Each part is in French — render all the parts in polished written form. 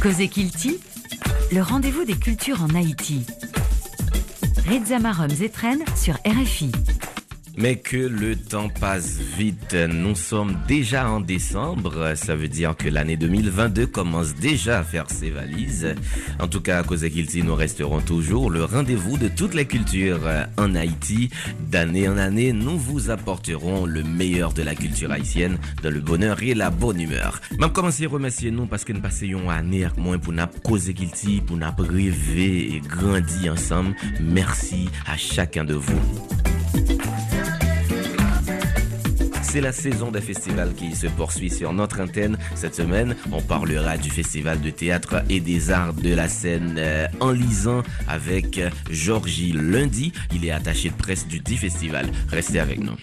Causer Kilti, le rendez-vous des cultures en Haïti. Reza Marom Zetren sur RFI. Mais que le temps passe vite. Nous sommes déjà en décembre. Ça veut dire que l'année 2022 commence déjà à faire ses valises. En tout cas, à Causer Kilti, nous resterons toujours le rendez-vous de toutes les cultures en Haïti. D'année en année, nous vous apporterons le meilleur de la culture haïtienne dans le bonheur et la bonne humeur. Même commencer à remercier nous parce que nous passons une année avec moi pour nous Causer Kilti, pour nous rêver et grandir ensemble. Merci à chacun de vous. C'est la saison des festivals qui se poursuit sur notre antenne. Cette semaine, on parlera du festival de théâtre et des arts de la scène en lisant avec Georgie Lundi. Il est attaché de presse du dit festival. Restez avec nous.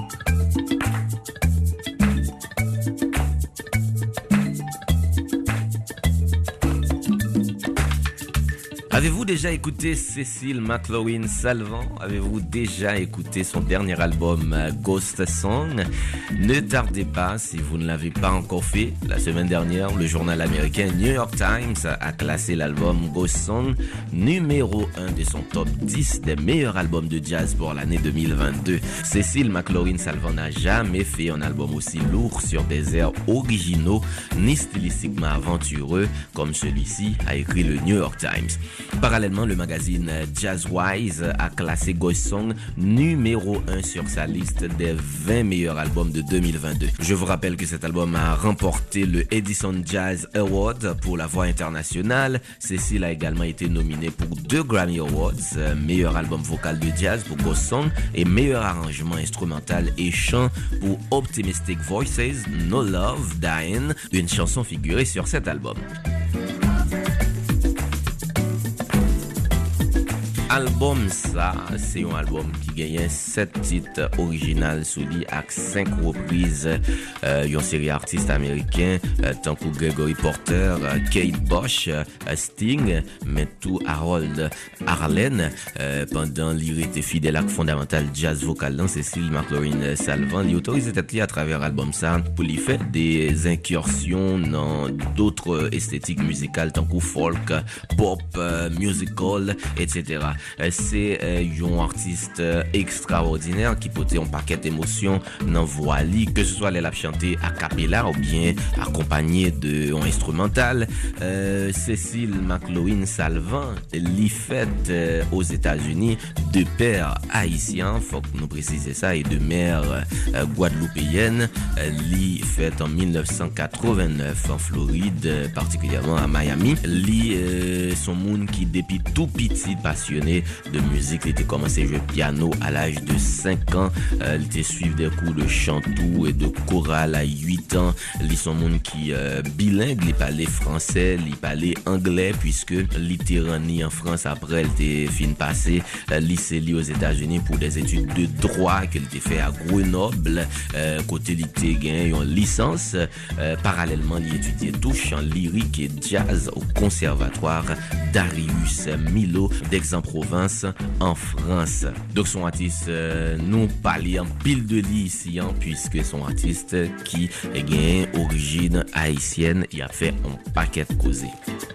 Avez-vous déjà écouté Cécile McLoughlin-Salvant? Avez-vous déjà écouté son dernier album Ghost Song? Ne tardez pas, si vous ne l'avez pas encore fait. La semaine dernière, le journal américain New York Times a classé l'album Ghost Song numéro 1 de son top 10 des meilleurs albums de jazz pour l'année 2022. Cécile McLoughlin-Salvant n'a jamais fait un album aussi lourd sur des airs originaux ni stylistiquement aventureux comme celui-ci, a écrit le New York Times. Parallèlement, le magazine Jazzwise a classé Ghost Song numéro 1 sur sa liste des 20 meilleurs albums de 2022. Je vous rappelle que cet album a remporté le Edison Jazz Award pour la voix internationale. Cécile a également été nominée pour 2 Grammy Awards, meilleur album vocal de jazz pour Ghost Song et meilleur arrangement instrumental et chant pour Optimistic Voices, No Love, Dying, une chanson figurée sur cet album. Album ça, c'est un album qui gagne 7 titres originaux sous lui avec 5 reprises une série artistes américains tant que Gregory Porter, Kate Bush, Sting, mais tout Harold Arlen pendant qu'il était fidèle à fondamental jazz vocal dans Cécile McLoughlin-Salvant, il autorise cette à travers l'album ça pour lui faire des incursions dans d'autres esthétiques musicales tant que folk, pop, musical, etc. C'est un artiste extraordinaire qui porte un paquet d'émotions dans voix li, que ce soit les chanter a cappella ou bien accompagné de un instrumental. Cécile McLoughlin-Salvant l'y fait aux États-Unis de père haïtien, faut que nous préciser ça, et de mère guadeloupéenne. L'y fait en 1989 en Floride, particulièrement à Miami. L'y son monde qui depuis tout petit passionné de musique, il était commencé à jouer piano à l'âge de 5 ans, il était suivi des cours de chantou et de chorale à 8 ans. Il son monde qui bilingue, il parlait français, il parlait anglais puisque il était rentré en France après il était fin passé lycée aux États-Unis pour des études de droit qu'il était fait à Grenoble, côté il était gagné une licence. Parallèlement il étudiait tout chant lyrique et jazz au conservatoire Darius Milhaud d'Aix-en-Provence en France. Donc son artiste nous parle en pile de lui ici puisque son artiste qui est gain origine haïtienne, il a fait un paquet de causés.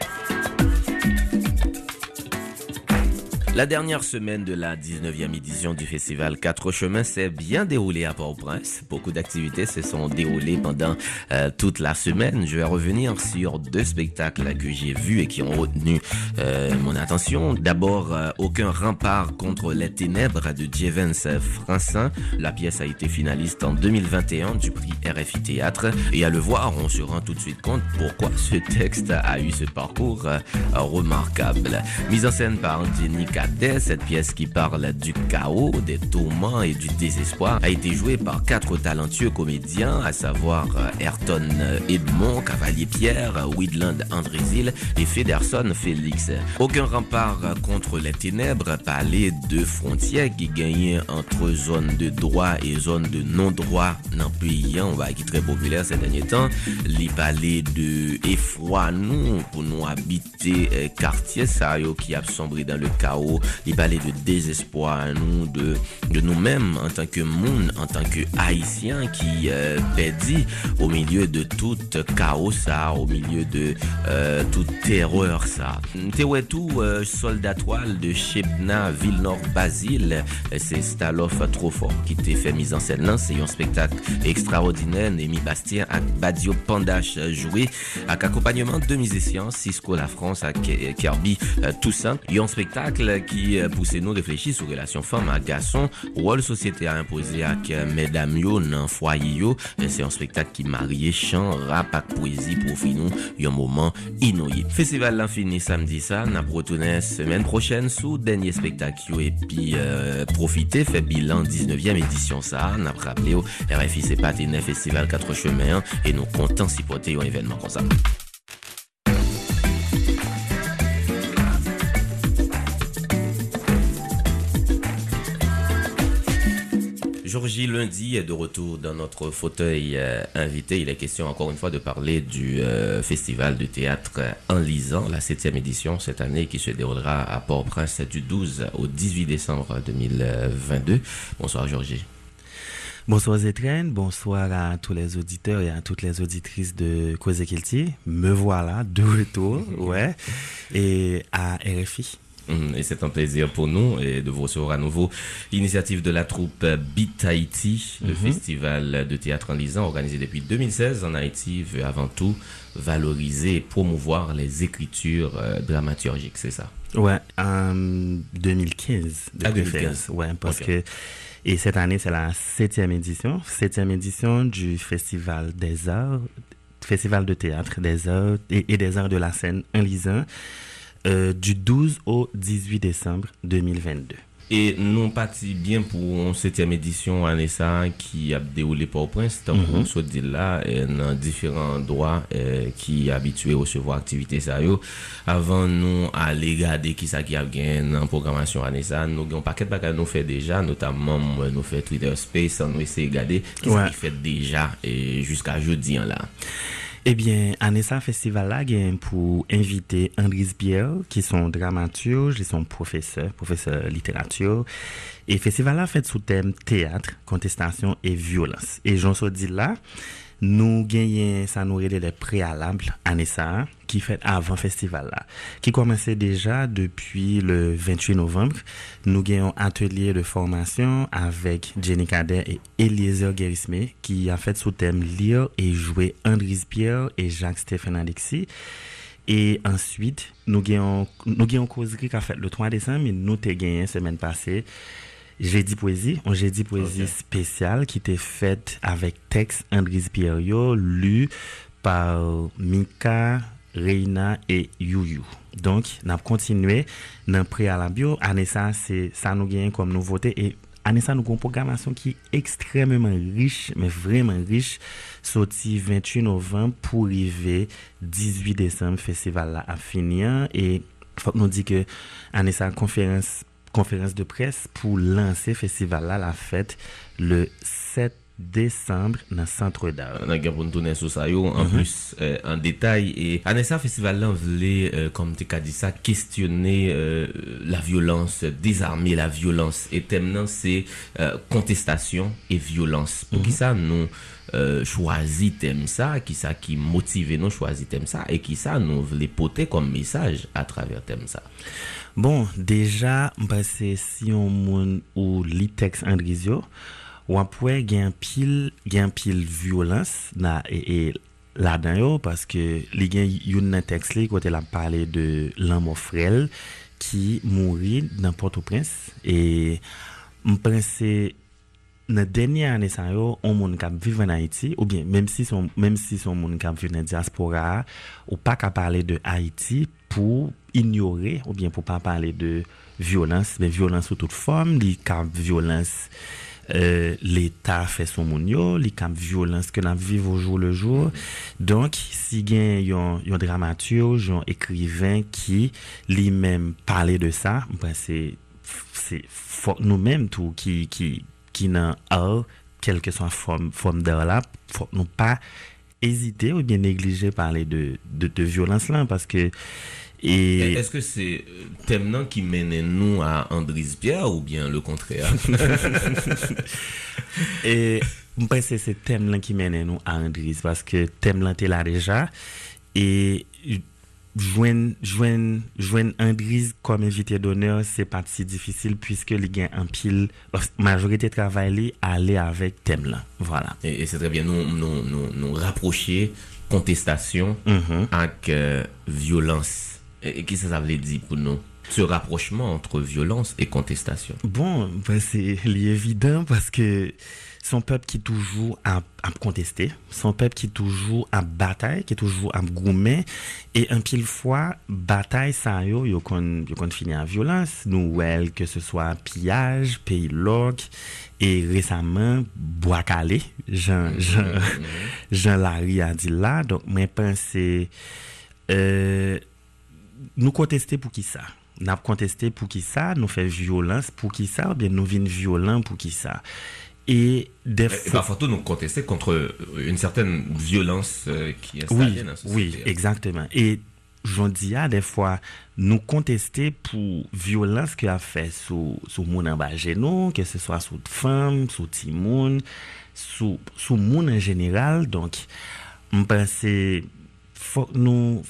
La dernière semaine de la 19e édition du festival 4 Chemins s'est bien déroulée à Port-au-Prince. Beaucoup d'activités se sont déroulées pendant toute la semaine. Je vais revenir sur 2 spectacles que j'ai vus et qui ont retenu mon attention. D'abord, Aucun rempart contre les ténèbres de Jevens Francin. La pièce a été finaliste en 2021 du prix RFI Théâtre. Et à le voir, on se rend tout de suite compte pourquoi ce texte a eu ce parcours remarquable. Mise en scène par Jenny Cadet, cette pièce qui parle du chaos, des tourments et du désespoir a été jouée par 4 talentueux comédiens, à savoir Ayrton Edmond, Cavalier Pierre, Widland Andrézil et Federson Félix. Aucun rempart contre les ténèbres parlait de frontières qui gagnaient entre zone de droit et zone de non-droit dans le pays, qui est très populaire ces derniers temps. Il parlait de effroi nous pour nous habiter quartier ça qui a sombré dans le chaos il parlait de désespoir nous de nous-mêmes en tant que monde, en tant que haïtiens qui perdit au milieu de tout chaos ça, au milieu de toute terreur ça. T'es ouais tout soldat toile de Chebna Villeneuve Basile, c'est Staloff trop fort qui t'a fait mise en scène là, c'est un spectacle extraordinaire, Némi Bastien ak Badio Pandache joué avec accompagnement de musiciens Cisco La France avec Kirby Toussaint, un spectacle qui pousse nous réfléchir sur relation femme à garçon, rôle société a imposé avec mesdames yo dans foyer yo, c'est un spectacle qui marie chant, rap ak poésie pour finir un moment inouï. Festival là fini samedi ça, n'a retourner semaine prochaine sous dernier spectacle et puis profiter fait bilan 19e édition ça, n'a rappelé au RFI c'est partenaire festival 4 chemins et nous comptons supporter un événement comme ça. Georgie lundi est de retour dans notre fauteuil invité. Il est question encore une fois de parler du festival de théâtre en lisant, la 7e édition cette année qui se déroulera à Port-au-Prince du 12 au 18 décembre 2022. Bonsoir Georgie. Bonsoir Zétrène, bonsoir à tous les auditeurs et à toutes les auditrices de Cause Kilti. Me voilà de retour, ouais, et à RFI. Et c'est un plaisir pour nous de vous recevoir à nouveau. Initiative de la troupe Beat Haïti, le festival de théâtre en lisant organisé depuis 2016 en Haïti, veut avant tout valoriser et promouvoir les écritures dramaturgiques, c'est ça? Ouais, en 2015. 2015. Ouais, parce que et cette année c'est la 7e édition du festival des arts, festival de théâtre des arts et des arts de la scène en lisant. Du 12 au 18 décembre 2022. Et nous partis bien pour une 7e édition année ça qui a déroulé Port-au-Prince, tant qu'on se dit là dans différents endroits qui habitués à recevoir activités ça yo. Avant nous aller regarder qui ça qui a gagné en programmation année ça, nous avons un paquet de bagages nous fait déjà, notamment nous fait Twitter Space, nous essayer de regarder qui ça qui fait déjà et jusqu'à jeudi là. Eh bien, Anessa Festival là, gagne pour inviter Andris Pierre, qui sont dramaturges, ils sont professeurs littérature. Et festival là fait sous thème théâtre, contestation et violence. Et j'en se dit là, nous gagnons, ça nous relève les préalables Anessa, qui fait avant festival là, qui commençait déjà depuis le 28 novembre. Nous gagnons un atelier de formation avec Jenny Kader et Eliezer Guérisme, qui a fait sous thème lire et jouer Andris Pierre et Jacques-Stéphane Alexis. Et ensuite, nous gagnons causerie qui a fait le 3 décembre, mais nous t'ai gagné semaine passée. Jeudi poésie spécial qui était faite avec texte Andris Pierre lu par Mika, Reina et Youyou. Donc, n'a continué dans préalable. Anessa c'est ça nous gagne comme nouveauté et Anessa nous avons une programmation qui est extrêmement riche, mais vraiment riche, sorti 28 novembre pour arriver 18 décembre festival là à finir et faut nous dire que Anessa conférence de presse pour lancer festival là la fête le 7 décembre dans centre d'art. On a gardé tourner sur ça en plus en détail et Anessa festival là voulait comme tu as dit ça questionner la violence, désarmer la violence et thème là c'est contestation et violence. Pour qui ça nous choisi thème ça, qui motive nous choisi thème ça et qui ça nous voulait porter comme message à travers thème ça. Bon, déjà c'est si on moun ou li texte Andrisio ou après gain pile violence na et là-dedans yo parce que li gen yon texte li côté la parler de l'amour frère qui mourit dans Port-au-Prince et m'pense dans dernière année ça yo on moun k'ap vivre en Haïti ou bien même si son moun k'ap vivre dans diaspora ou pas qu'à parler de Haïti pour ignorer ou bien pour pas parler de violence, mais violence sous toute forme, li k'ap violence l'État fait son moun yo, li k'ap violence que n'a vivre au jour le jour. Donc si gen yon dramaturge, yon écrivain qui lui-même parler de ça, ben c'est faut nous-mêmes tout qui nan art quelle que soit forme d'art là, faut nous pas hésiter ou bien négliger parler de violence là parce que Et est-ce que c'est thème qui mène nous à Andris Pierre ou bien le contraire? et je pense que c'est thème là qui mène nous à Andris parce que thème là t'es là déjà et joindre Andris comme invité d'honneur c'est pas si difficile puisque les gains en pile majorité travail aller avec thème là voilà et c'est très bien nous rapprocher contestation avec violence et qu'est-ce que ça veut dire pour nous ce rapprochement entre violence et contestation? Bon c'est évident parce que son peuple qui toujours à contester, son peuple qui toujours à bataille, qui toujours à goumer et un pile fois bataille ça yo kon finir en violence, nous que ce soit pillage, pays loc et récemment bois calé, Jean Larry a dit là donc moi penser nous contester pour qui ça? N'a contester pour qui ça? Nous faire violence pour qui ça? Ou bien nous vinn violent pour qui ça? Et des fois parfois nous contester contre une certaine violence qui est installée dans la société. Oui, exactement. Et j'en dis des fois nous contester pour violence qu'il a fait sous moun en bas genou, que ce soit sous femme, sous timoun, sous moun en général. Donc je pense faut que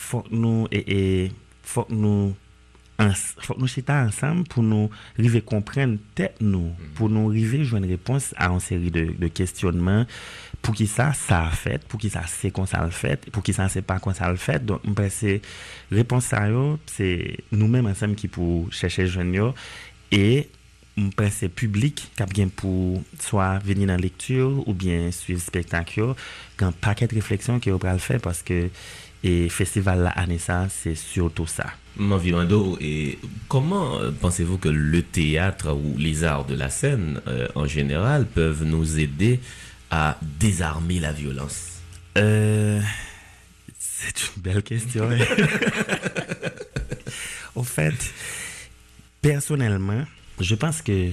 nous chita ensemble pour nous arriver comprendre tête nous pour nous arriver joindre réponse à une série de questionnements pour qui ça a fait pour qui ça c'est comme ça le fait pour qui ça c'est pas comme ça le fait donc je pense réponse ça c'est nous-mêmes ensemble qui pour chercher joindre et je pense public qui a bien pour soit venir dans lecture ou bien suivre spectacle un paquet de réflexions qui on va le faire parce que et festival la Anessa c'est surtout ça. Mavivando, et comment pensez-vous que le théâtre ou les arts de la scène en général peuvent nous aider à désarmer la violence? C'est une belle question. En fait, personnellement, je pense que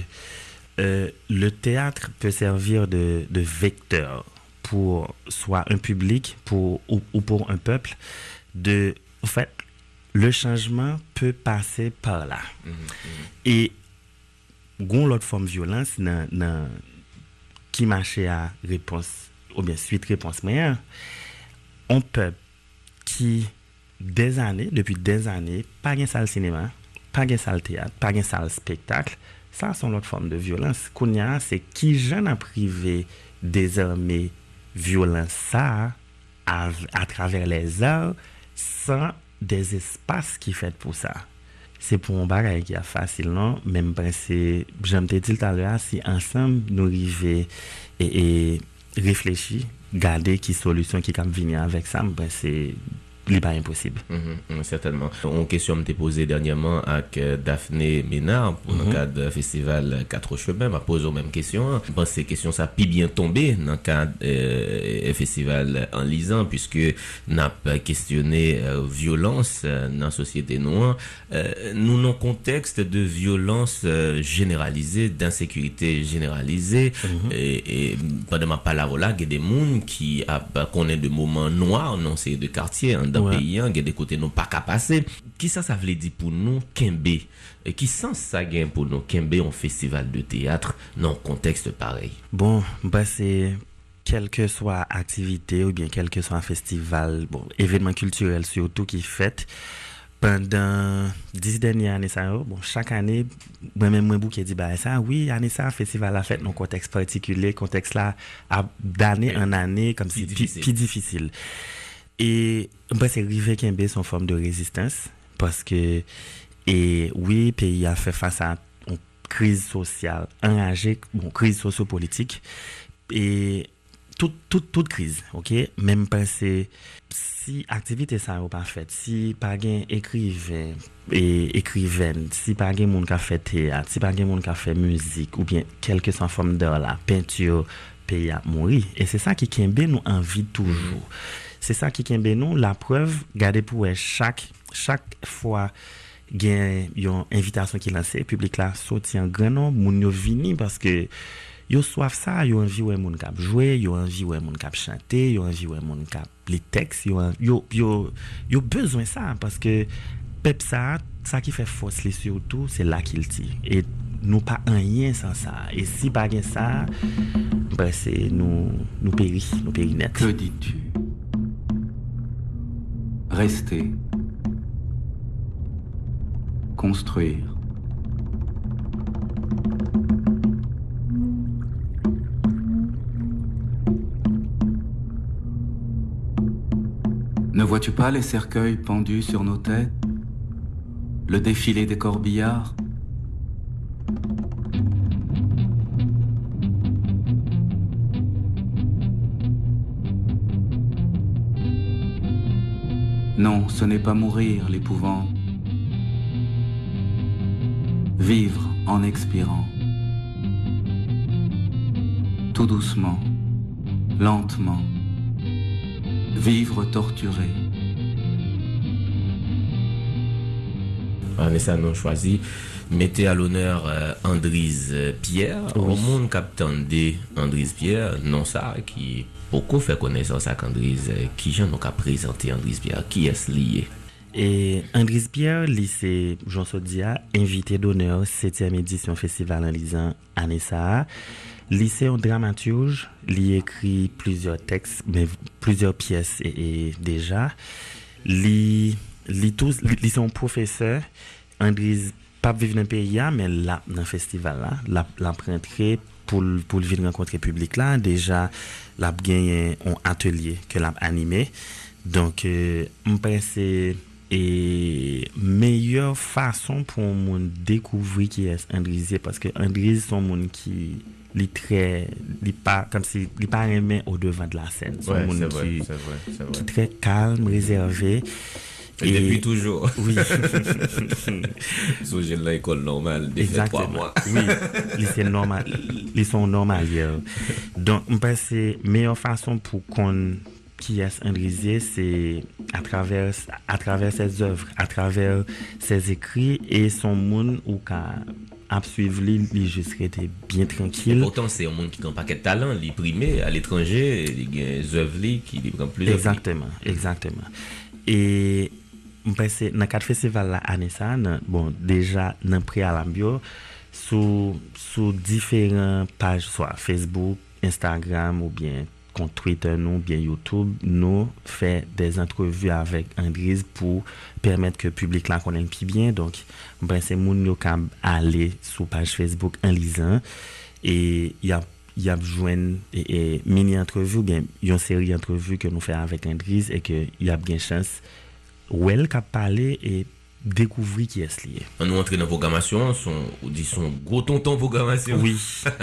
le théâtre peut servir de vecteur pour soit un public ou pour un peuple en fait le changement peut passer par là et gon l'autre forme de violence qui marchait à réponse ou bien suite réponse meilleure on peut qui depuis des années pas gain salle cinéma pas gain salle théâtre pas gain salle spectacle ça sont l'autre forme de violence kounya c'est qui jeune a privé désormais violence ça à travers les arts sans des espaces qui fait pour ça. C'est pour un bagage qui est facile non même penser j'aime te dire tout à l'heure si ensemble nous arriver et réfléchir garder qui solution qui comme venir avec ça c'est pas impossible. Certainement. Une question me t'est posée dernièrement avec Daphné Ménard pour le cadre du festival 4 chemins. m'a posé la même question. Je pense que ces questions ça pi bien tombé dans le cadre festival en lisant puisque n'a pas questionné violence dans la société noire. Nous dans contexte de violence généralisée, d'insécurité généralisée et pendant ma parole là, il y a des gens qui connaissent de moments noirs dans ces deux quartiers dans le pays, il y a des côtés non pas qu'à passer. Qui ça veut dire pour nous Kembe et qui sens ça gagne pour nous Kembe en festival de théâtre dans un contexte pareil? Bon, c'est quelle que soit activité ou bien quel que soit un festival, événement culturel surtout qui fait pendant 10 dernières années ça chaque année moi-même moi qui dit ça oui année ça festival la fête dans contexte particulier contexte là d'année en année comme si plus difficile. Et c'est arrivé qu'il y ait une forme de résistance parce que oui pays a fait face à une crise sociale enragée crise sociopolitique et toute crise OK même penser si activité ça ou pas fait si pas gain écrivaine si pas gain monde qui fait théâtre si pas gain monde qui fait musique ou bien quelque soit forme d'art la peinture pays a mourir et c'est ça qui kembe nous envie toujours. C'est ça qui kembe nous la preuve garder pour chaque fois gain une invitation qui lancée public là sorti en grand nombre moun yo vini parce que yo soif ça yo envie ouais moun k'ap jouer yo envie ouais moun k'ap chanter yo envie ouais moun k'ap les textes yo besoin ça parce que pep ça qui fait force les surtout, c'est là qu'il tire. Et nous pas rien sans ça. Et si pas rien ça, ben c'est nous périt net. Que dis-tu? Rester. Construire. Ne vois-tu pas les cercueils pendus sur nos têtes? Le défilé des corbillards? Non, ce n'est pas mourir l'épouvante. Vivre en expirant. Tout doucement, lentement. Vivre torturé. Anessa nous choisi. Mettez à l'honneur Andrise Pierre. Au monde captandé Andrise Pierre, non ça qui beaucoup fait connaissance avec Andrise. Qui j'en ai présenté Andrise Pierre? Qui est-ce lié? Et Andrise Pierre, lycée Jean Sodia, invité d'honneur 7e édition Festival en lisant Anessa. Lycée en dramaturge, il écrit plusieurs textes, mais plusieurs pièces et déjà. Li son professeur, Andrise pas vivre dans le pays, mais là, dans le festival là, l'a rentré pour venir rencontrer le public là. Déjà, l'a gagné un atelier que l'a animé. Donc, je pense et meilleure façon pour moun découvrir qui est Andrise, parce que Andrise son monde qui li pas comme si li pas aimé au devant de la scène, son monde qui très calme, réservé. Et depuis toujours. Oui. So j'ai l'école normale depuis 3 mois. Oui, c'est normal, ils sont normaux. Donc je pense que la meilleure façon pour qu'on qui est Andrise, c'est à travers ses œuvres, à travers ses écrits et son monde où à suivre lui juste était bien tranquille. Et pourtant c'est un monde qui a un paquet de talent, il primé à l'étranger, il y a des œuvres qui prend plusieurs. Exactement. Et je pense que dans le cadre festival là Anessa, bon déjà dans préalable sous différentes pages, soit Facebook, Instagram ou bien compte Twitter nous, bien YouTube, nous fait des entrevues avec Andrise pour permettre que le public là connaisse plus bien. Donc, ben c'est moun yo ka aller sur page Facebook en lisant et il y a joindre et mini entrevue bien une série d'entrevues que nous fait avec Andrise et que il y a bien chance elle ka parler et découvrir qui est lié. On nous entre dans la programmation, son gros tonton programmation. Oui.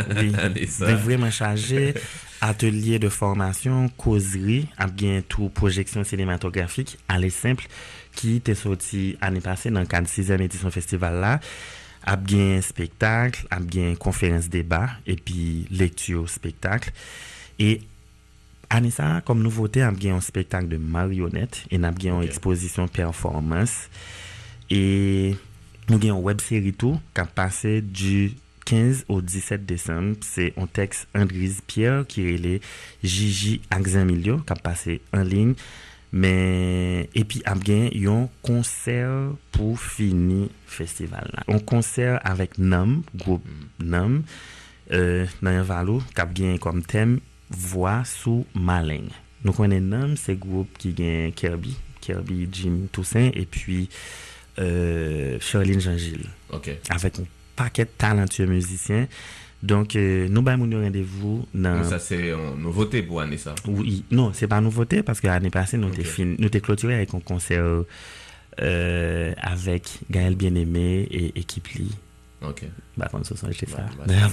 Vraiment chargé. Atelier de formation, causerie, a bien tout projection cinématographique, aller simple, qui était sorti l'année passée dans le cadre de 6e édition festival là, a bien spectacle, a bien conférence débat, et puis lecture spectacle. Et Anessa, comme nouveauté, a bien un spectacle de marionnette, et a bien une exposition performance, et nous avons une web série tout, qui a passé du 15 au 17 décembre, c'est un texte Andrise Pierre qui est Gigi Axamilio qui a passé en ligne, mais et puis a bien un concert pour finir festival là. Un concert avec Nam, groupe Nam, dans un valo qui a bien comme thème voix sous Malin. Nous connaissons Nam, c'est groupe qui gagne Kirby Jim Toussaint et puis Charline Jean-Gilles. Avec un paquet de talentueux musiciens. Donc, nous avons un rendez-vous dans... Ça, c'est une nouveauté pour Anessa? Oui, non, c'est pas une nouveauté parce que l'année passée, nous avons clôturé avec un concert avec Gaël Bien-Aimé et équipe Li. Ok. Bah, quand ce sont chez ça.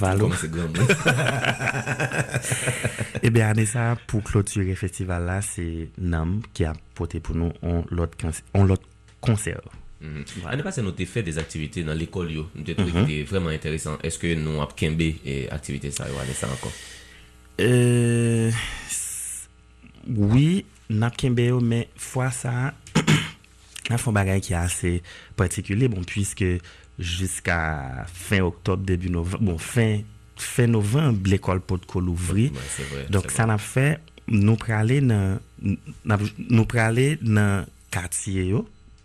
Et bien, Anessa, pour clôturer le festival là, c'est Nam qui a porté pour nous l'autre concert. L'année passée, nous avons fait des activités dans l'école. Nous avons trouvé que c'était vraiment intéressant. Est-ce que nous avons kembe et activités ça encore? Oui, nous avons kembe, mais fois ça, nous avons un bagage qui est assez particulier. Bon, puisque jusqu'à fin octobre, début novembre, fin novembre, l'école Pot-Col ouvrit. Donc, ça n'a fait, nous pour aller dans le quartier,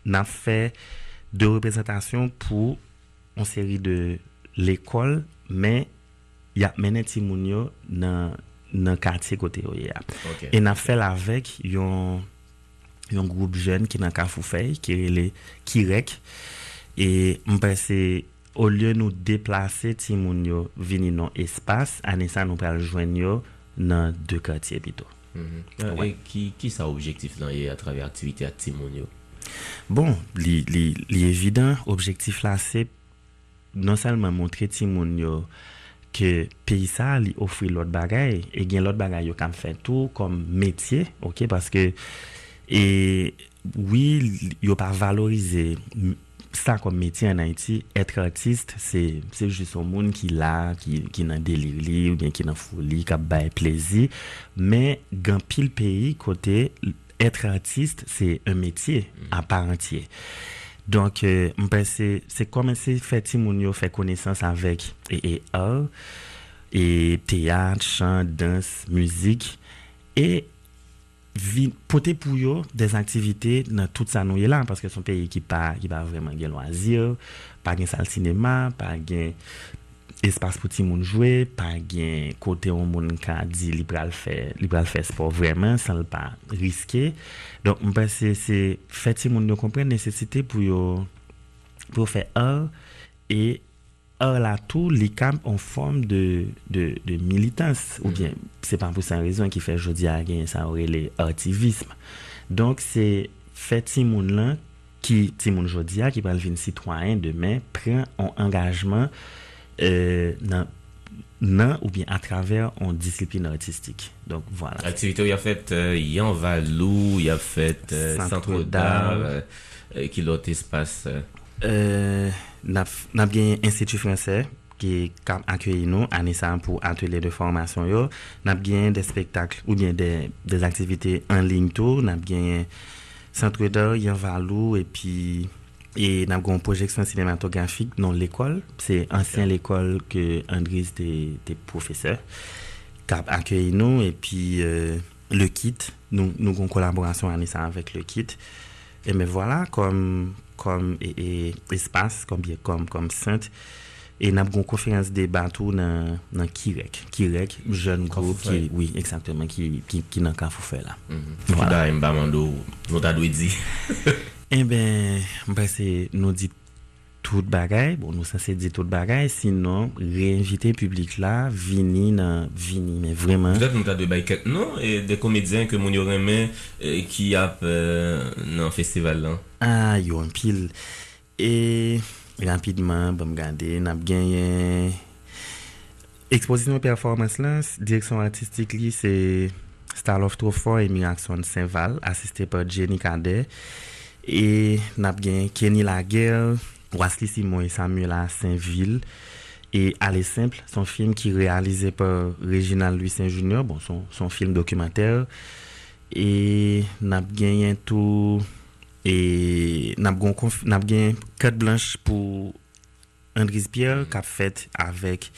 n'a fait deux représentations pour une série de l'école, mais il y a mené Timounio dans le quartier côté où il y a. Et n'a fait avec un groupe jeune qui n'a qu'à Foufei, qui est les Kirek. Et on pense au lieu de nous déplacer Timounio venir dans l'espace, Anessa nous peut joindre dans deux quartiers plutôt. Et qui ça objectif là à travers l'activité à Timounio? Bon, l'évident objectif là c'est non seulement montrer Timounio que pays ça lui offre l'autre bagaille et gain l'autre bagaille yo comme faire tout comme métier, OK, parce que et oui, yo pas valoriser ça comme métier en Haïti. Être artiste c'est juste un monde qui là qui dans délire ou bien qui dans folie qui bail plaisir, mais dans pile pays côté être artiste c'est un métier à part entière. Donc c'est commencer faire Timounio faire connaissance avec et art et théâtre, chant, danse, musique et porter pour eux des activités dans tout ça nous là parce que son pays qui pas vraiment de loisirs, pas de salle cinéma, pas de espace pour tout monde jouer, pas de côté où monde ka dit libéral faire sport vraiment sans pas risquer. Donc on pense c'est faire tout monde comprendre nécessité pour faire art et art là tout les camps en forme de militance ou bien c'est pas pour cette raison qui fait jodi a gagner ça aurait les activisme. Donc c'est fait tout monde là qui tout monde jodi a qui va devenir citoyen demain prend un engagement non ou bien à travers une discipline artistique. Donc voilà. Activité il a fait Yan Valou, il a fait Centre d'art qui l'autre espace n'a bien Institut français qui accueille nous année ça pour atelier de formation yo, n'a bien des spectacles ou bien des activités en ligne tout, n'a bien Centre d'art Yan Valou et n'a une projection cinématographique dans l'école, c'est ancien l'école que Andris était professeur qui accueille nous et puis le kit nous une collaboration année ça avec le kit et mais voilà comme espace comme Sainte et n'a une conférence débat tout dans Kirek jeune groupe qui oui exactement qui dans Kafoufé là. Voilà mbamando nous t'a dit eh ben c'est nous dit toute bagaille bon nous censé dire toute bagaille sinon réinviter public là vini mais vraiment peut-être nous t'a de bail non et des comédiens que mon remet qui a dans festival là yo en pile et rapidement bon regarder n'a gagné exposition performance là direction artistique li c'est Star of Trofort et Miraxon Saint-Val assisté par Jenny Cadet et n'a gagné Kenny Laguerre Wesley Simon et Samuel à Saint-Ville et Aller Simple son film qui est réalisé par Réginald Louis Saint-Junior bon son film documentaire et n'a gagné tout et n'a gagné carte blanche pour Andris Pierre qu'a fait avec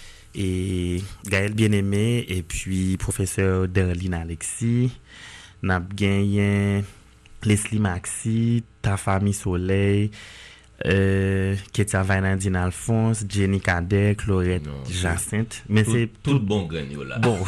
et Gaël Bien-Aimé et puis professeur Derline Alexis n'a gagné Leslie Maxi Ta Famille Soleil Ketia Vainandine Alphonse, Jenny Cadet, Chlorette Jacinthe, mais c'est tout bon gagnant là. Bon.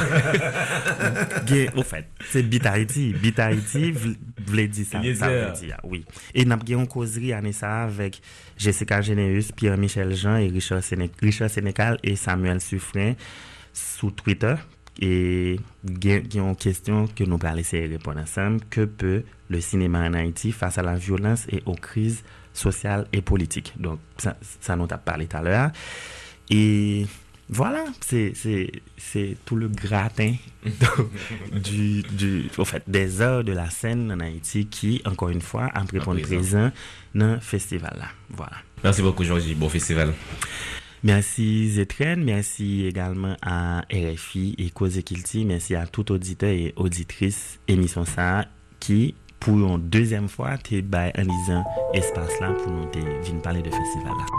Au fait, c'est Bit Haïti voulait dire ça veut dire oui. Et n'a gagné une causerie année ça avec Jessica Généus, Pierre-Michel Jean et Richard Sénécal et Samuel Suffren sur Twitter et il y a une question que nous allons essayer de répondre ensemble. Que peut le cinéma en Haïti face à la violence et aux crises sociales et politiques? Donc ça nous a parlé tout à l'heure et voilà, c'est tout le gratin au fait des heures de la scène en Haïti qui encore une fois a répondu présent dans le festival là. Voilà. Merci beaucoup Georgie, bon festival. Merci Zetren, merci également à RFI et Cause Kilti, merci à tout auditeur et auditrice émission ça qui pour une deuxième fois t'es by en lisant espace là pour nous venir parler de festival là.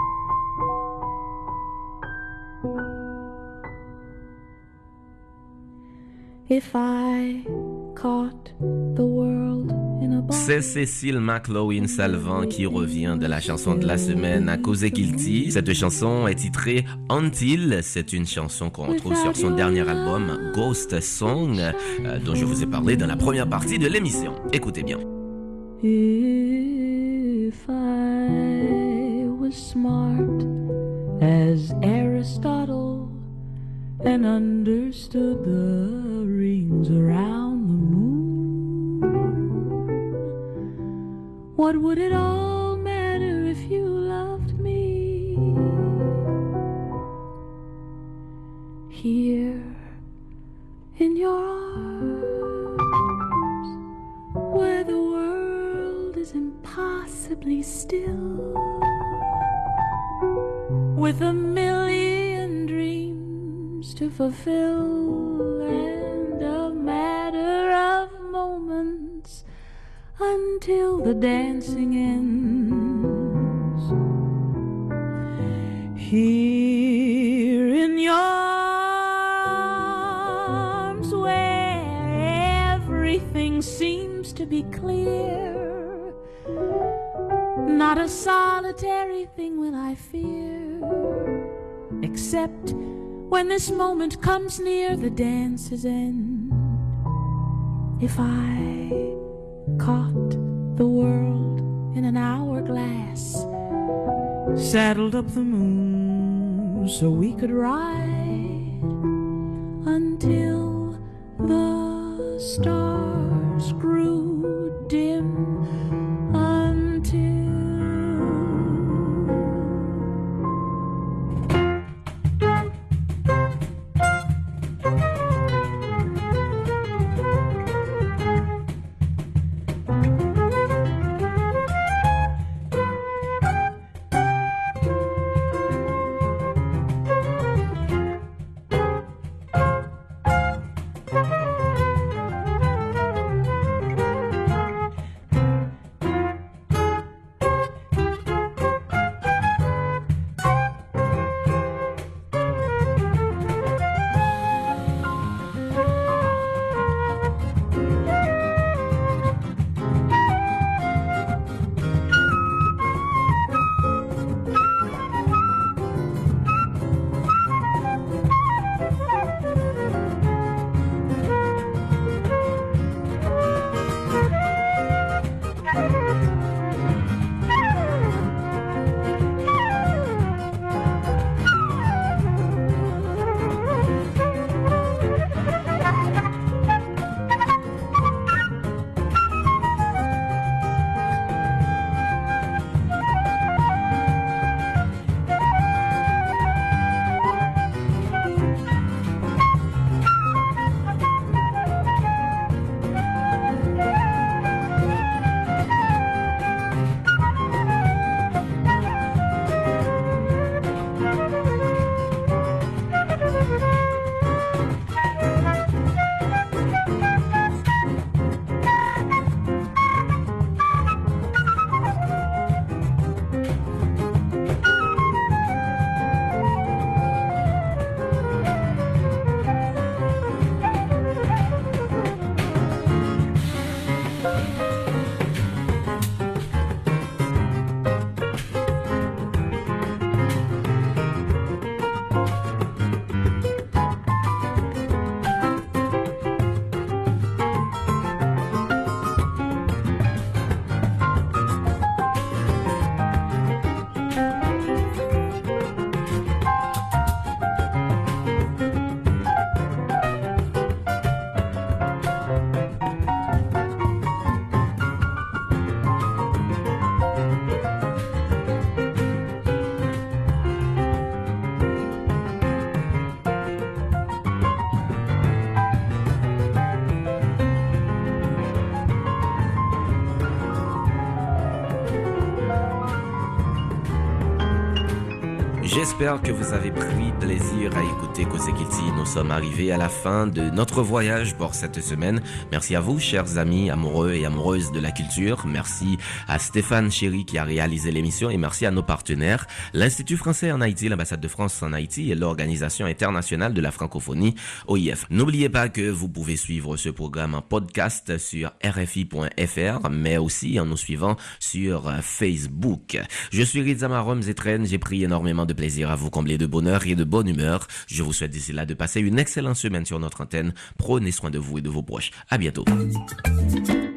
If I caught the world in a C'est Cécile McLoughlin-Salvant qui revient de la chanson de la semaine à Cause Guilty. Cette chanson est titrée Until. C'est une chanson qu'on retrouve sur son dernier album Ghost Song, dont je vous ai parlé dans la première partie de l'émission. Écoutez bien. If I was smart as Aristotle and understood the rings around the moon, what would it all matter if you loved me? Here in your arms, where the world is impossibly still, with a million dreams to fulfill and a matter of moments until the dancing ends. Here in your arms, where everything seems to be clear, not a solitary thing will I fear, except when this moment comes near the dance's end. If I caught the world in an hourglass, saddled up the moon so we could ride until the stars grew dim, J'espère que vous avez pris plaisir à écouter Kosé Kilti. Nous sommes arrivés à la fin de notre voyage pour cette semaine. Merci à vous, chers amis amoureux et amoureuses de la culture. Merci à Stéphane Chéry qui a réalisé l'émission et merci à nos partenaires, l'Institut français en Haïti, l'ambassade de France en Haïti et l'Organisation internationale de la francophonie, OIF. N'oubliez pas que vous pouvez suivre ce programme en podcast sur rfi.fr, mais aussi en nous suivant sur Facebook. Je suis Rizamarom Zetren, j'ai pris énormément de plaisir à vous combler de bonheur et de bonne humeur. Je vous souhaite d'ici là de passer une excellente semaine sur notre antenne. Prenez soin de vous et de vos proches. À bientôt.